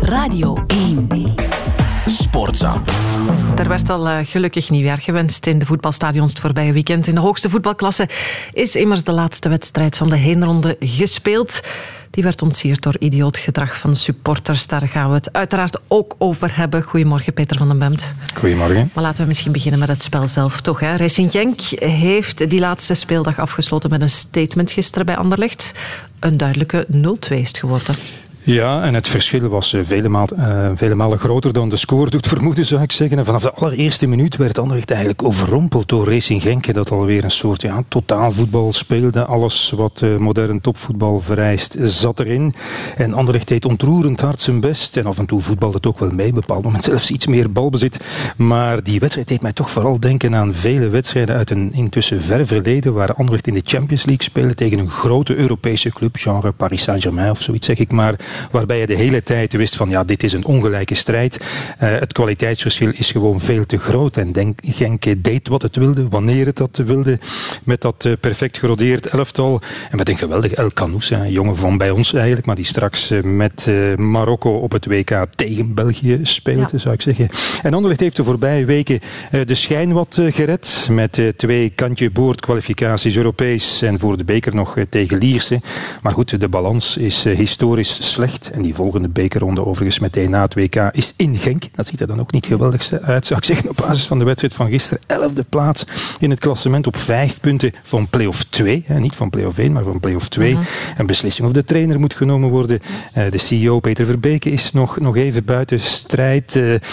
Radio 1. Sportza. Er werd al gelukkig nieuwjaar gewenst in de voetbalstadions het voorbije weekend. In de hoogste voetbalklasse is immers de laatste wedstrijd van de heenronde gespeeld. Die werd ontsierd door idioot gedrag van de supporters. Daar gaan we het uiteraard ook over hebben. Goedemorgen, Peter van den Bemt. Goedemorgen. Maar laten we misschien beginnen met het spel zelf, toch? Hè? Racing Genk heeft die laatste speeldag afgesloten met een statement gisteren bij Anderlecht. Een duidelijke 0-2 is het geworden. Ja, en het verschil was vele malen groter dan de score doet vermoeden, zou ik zeggen. En vanaf de allereerste minuut werd Anderlecht eigenlijk overrompeld door Racing Genk, dat alweer een soort totaalvoetbal speelde. Alles wat modern topvoetbal vereist, zat erin. En Anderlecht deed ontroerend hard zijn best. En af en toe voetbalde het ook wel mee, op een bepaald moment zelfs iets meer balbezit. Maar die wedstrijd deed mij toch vooral denken aan vele wedstrijden uit een intussen ver verleden, waar Anderlecht in de Champions League speelde tegen een grote Europese club, genre Paris Saint-Germain of zoiets, zeg ik maar. Waarbij je de hele tijd wist van dit is een ongelijke strijd. Het kwaliteitsverschil is gewoon veel te groot. En Genk deed wat het wilde, wanneer het dat wilde. Met dat perfect gerodeerd elftal. En met een geweldig El Canoes, een jongen van bij ons eigenlijk. Maar die straks met Marokko op het WK tegen België speelde, zou ik zeggen. En Anderlecht heeft de voorbije weken de schijn wat gered. Met 2 kantje boord kwalificaties Europees. En voor de beker nog tegen Lierse. Maar goed, de balans is historisch slecht. En die volgende bekerronde overigens meteen na het WK is in Genk. Dat ziet er dan ook niet geweldig uit, zou ik zeggen, op basis van de wedstrijd van gisteren. 11e plaats in het klassement op 5 punten van play-off 2. Niet van play-off 1, maar van play-off 2. Mm-hmm. Een beslissing of de trainer moet genomen worden. De CEO Peter Verbeke is nog even buiten strijd.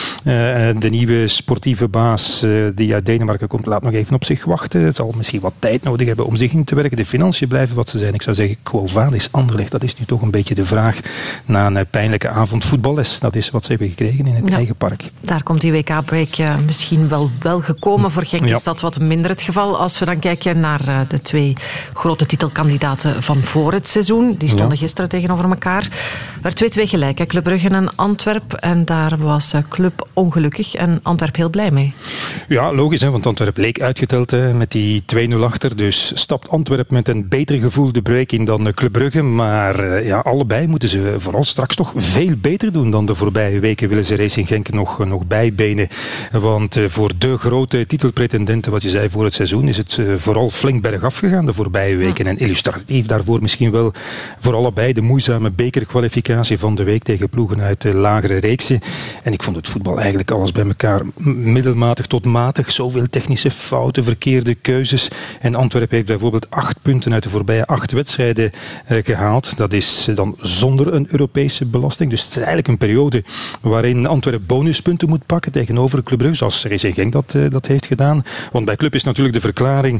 De nieuwe sportieve baas die uit Denemarken komt, laat nog even op zich wachten. Het zal misschien wat tijd nodig hebben om zich in te werken. De financiën blijven wat ze zijn. Ik zou zeggen, quo vadis Anderlecht, dat is nu toch een beetje de vraag. Na een pijnlijke avond voetballes. Dat is wat ze hebben gekregen in het eigen park. Daar komt die WK-break misschien wel gekomen. Voor Genk is dat wat minder het geval. Als we dan kijken naar de 2 grote titelkandidaten van voor het seizoen. Die stonden gisteren tegenover elkaar. Er werd 2-2 gelijk. Hè? Club Brugge en Antwerp. En daar was Club ongelukkig en Antwerp heel blij mee. Ja, logisch. Want Antwerp leek uitgeteld met die 2-0 achter. Dus stapt Antwerp met een beter gevoel de break in dan Club Brugge. Maar allebei moeten ze vooral straks toch veel beter doen dan de voorbije weken. Willen ze Racing Genk nog bijbenen. Want voor de grote titelpretendenten, wat je zei voor het seizoen, is het vooral flink bergaf gegaan de voorbije weken. En illustratief daarvoor misschien wel voor allebei de moeizame bekerkwalificatie van de week tegen ploegen uit de lagere reeksen. En ik vond het voetbal eigenlijk alles bij elkaar middelmatig tot matig. Zoveel technische fouten, verkeerde keuzes. En Antwerp heeft bijvoorbeeld 8 punten uit de voorbije 8 wedstrijden gehaald. Dat is dan zonder een Europese belasting. Dus het is eigenlijk een periode waarin Antwerp bonuspunten moet pakken tegenover Club Brugge, zoals Racing Genk dat heeft gedaan. Want bij Club is natuurlijk de verklaring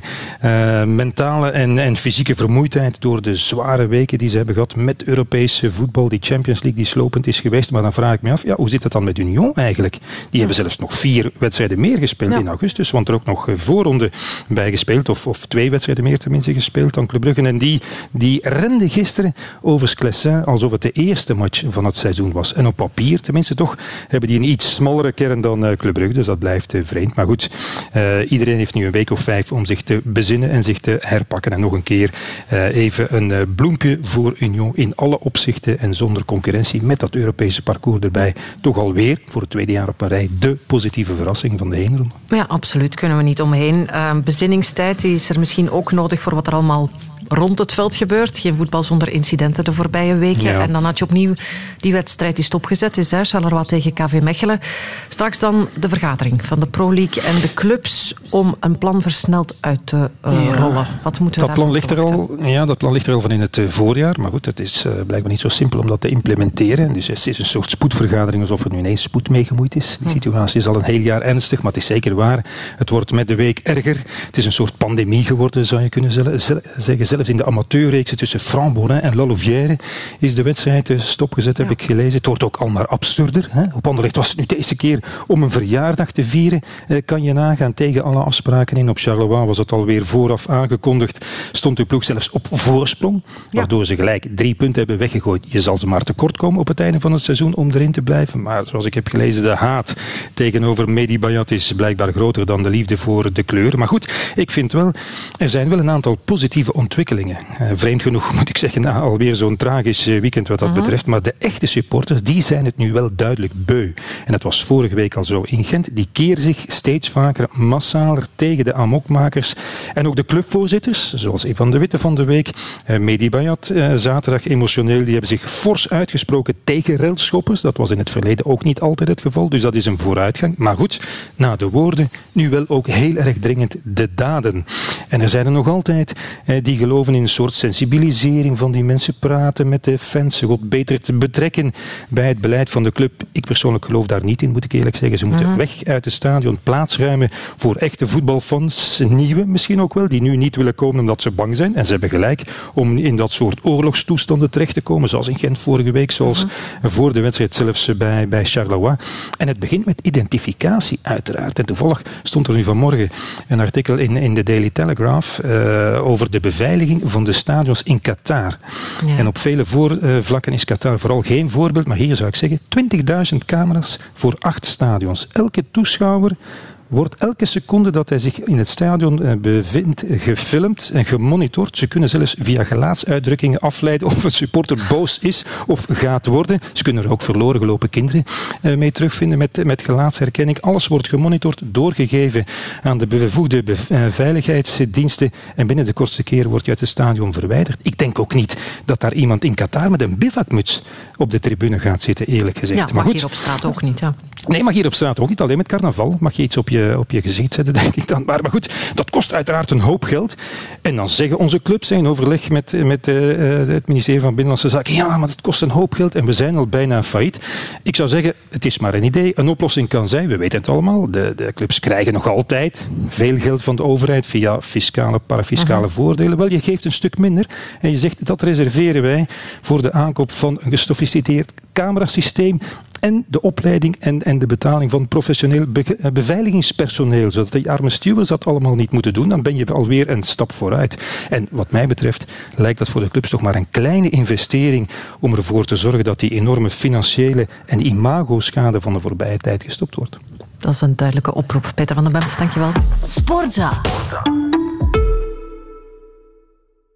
mentale en fysieke vermoeidheid door de zware weken die ze hebben gehad met Europese voetbal, die Champions League die slopend is geweest. Maar dan vraag ik me af, hoe zit het dan met Union eigenlijk? Die hebben zelfs nog 4 wedstrijden meer gespeeld in augustus, want er ook nog voorronde bij gespeeld, of 2 wedstrijden meer tenminste gespeeld dan Club Brugge. En die rende gisteren over Sclessin alsof het de eerste match van het seizoen was. En op papier, tenminste toch, hebben die een iets smallere kern dan Club Brugge. Dus dat blijft vreemd. Maar goed, iedereen heeft nu een week of 5 om zich te bezinnen en zich te herpakken. En nog een keer even een bloempje voor Union in alle opzichten en zonder concurrentie met dat Europese parcours erbij. Toch alweer, voor het 2e jaar op een rij, de positieve verrassing van de heenronde. Ja, absoluut. Kunnen we niet omheen. Bezinningstijd die is er misschien ook nodig voor wat er allemaal rond het veld gebeurt. Geen voetbal zonder incidenten de voorbije weken. Ja. En dan had je opnieuw die wedstrijd die stopgezet is. Charleroi tegen KV Mechelen. Straks dan de vergadering van de Pro League en de clubs om een plan versneld uit te rollen. Wat moeten we daarvan verwachten? Dat plan ligt er al van in het voorjaar. Maar goed, het is blijkbaar niet zo simpel om dat te implementeren. Dus het is een soort spoedvergadering alsof er nu ineens spoed mee gemoeid is. Die situatie is al een heel jaar ernstig, maar het is zeker waar. Het wordt met de week erger. Het is een soort pandemie geworden, zou je kunnen zeggen. Zelfs in de amateurreeksen tussen Franc-Borin en La Louvière is de wedstrijd stopgezet, heb ik gelezen. Het wordt ook al maar absurder. Op Anderlecht was het nu deze keer om een verjaardag te vieren. Kan je nagaan tegen alle afspraken in. Op Charleroi was het alweer vooraf aangekondigd. Stond de ploeg zelfs op voorsprong. Waardoor ze gelijk 3 punten hebben weggegooid. Je zal ze maar tekort komen op het einde van het seizoen om erin te blijven. Maar zoals ik heb gelezen, de haat tegenover Mehdi Bayat is blijkbaar groter dan de liefde voor de kleur. Maar goed, ik vind wel, er zijn wel een aantal positieve ontwikkelingen ontwikkelingen. Vreemd genoeg moet ik zeggen, na alweer zo'n tragisch weekend wat dat betreft. Maar de echte supporters, die zijn het nu wel duidelijk beu. En dat was vorige week al zo in Gent. Die keren zich steeds vaker massaler tegen de amokmakers. En ook de clubvoorzitters, zoals Evan de Witte van de week, Mehdi Bayat, zaterdag emotioneel, die hebben zich fors uitgesproken tegen railschoppers. Dat was in het verleden ook niet altijd het geval, dus dat is een vooruitgang. Maar goed, na de woorden, nu wel ook heel erg dringend de daden. En er zijn er nog altijd die geloven in een soort sensibilisering van die mensen, praten met de fans, ze wat beter te betrekken bij het beleid van de club. Ik persoonlijk geloof daar niet in, moet ik eerlijk zeggen. Ze moeten weg uit het stadion, plaatsruimen voor echte voetbalfans, nieuwe misschien ook wel, die nu niet willen komen omdat ze bang zijn. En ze hebben gelijk om in dat soort oorlogstoestanden terecht te komen, zoals in Gent vorige week, zoals voor de wedstrijd zelfs bij Charleroi. En het begint met identificatie uiteraard. En toevallig stond er nu vanmorgen een artikel in de Daily Telegraph over de beveiliging van de stadions in Qatar. Ja. En op vele vlakken is Qatar vooral geen voorbeeld, maar hier zou ik zeggen 20.000 camera's voor 8 stadions. Elke toeschouwer wordt elke seconde dat hij zich in het stadion bevindt gefilmd en gemonitord. Ze kunnen zelfs via gelaatsuitdrukkingen afleiden of een supporter boos is of gaat worden. Ze kunnen er ook verloren gelopen kinderen mee terugvinden met gelaatsherkenning. Alles wordt gemonitord, doorgegeven aan de bevoegde veiligheidsdiensten en binnen de kortste keer wordt je uit het stadion verwijderd. Ik denk ook niet dat daar iemand in Qatar met een bivakmuts op de tribune gaat zitten, eerlijk gezegd. Ja, mag hier op straat ook niet, ja. Nee, mag hier op straat ook niet. Alleen met carnaval mag je iets op je gezicht zetten, denk ik dan. Maar goed, dat kost uiteraard een hoop geld. En dan zeggen onze clubs in overleg met het ministerie van Binnenlandse Zaken, ja, maar dat kost een hoop geld en we zijn al bijna failliet. Ik zou zeggen, het is maar een idee. Een oplossing kan zijn, we weten het allemaal, de clubs krijgen nog altijd veel geld van de overheid via fiscale, parafiscale voordelen. Wel, je geeft een stuk minder en je zegt, dat reserveren wij voor de aankoop van een gesofisticeerd camerasysteem en de opleiding en de betaling van professioneel beveiligingspersoneel, zodat die arme stewards dat allemaal niet moeten doen. Dan ben je alweer een stap vooruit. En wat mij betreft lijkt dat voor de clubs toch maar een kleine investering om ervoor te zorgen dat die enorme financiële en imago-schade van de voorbije tijd gestopt wordt. Dat is een duidelijke oproep. Peter van den Bemt, dankjewel. Sportza.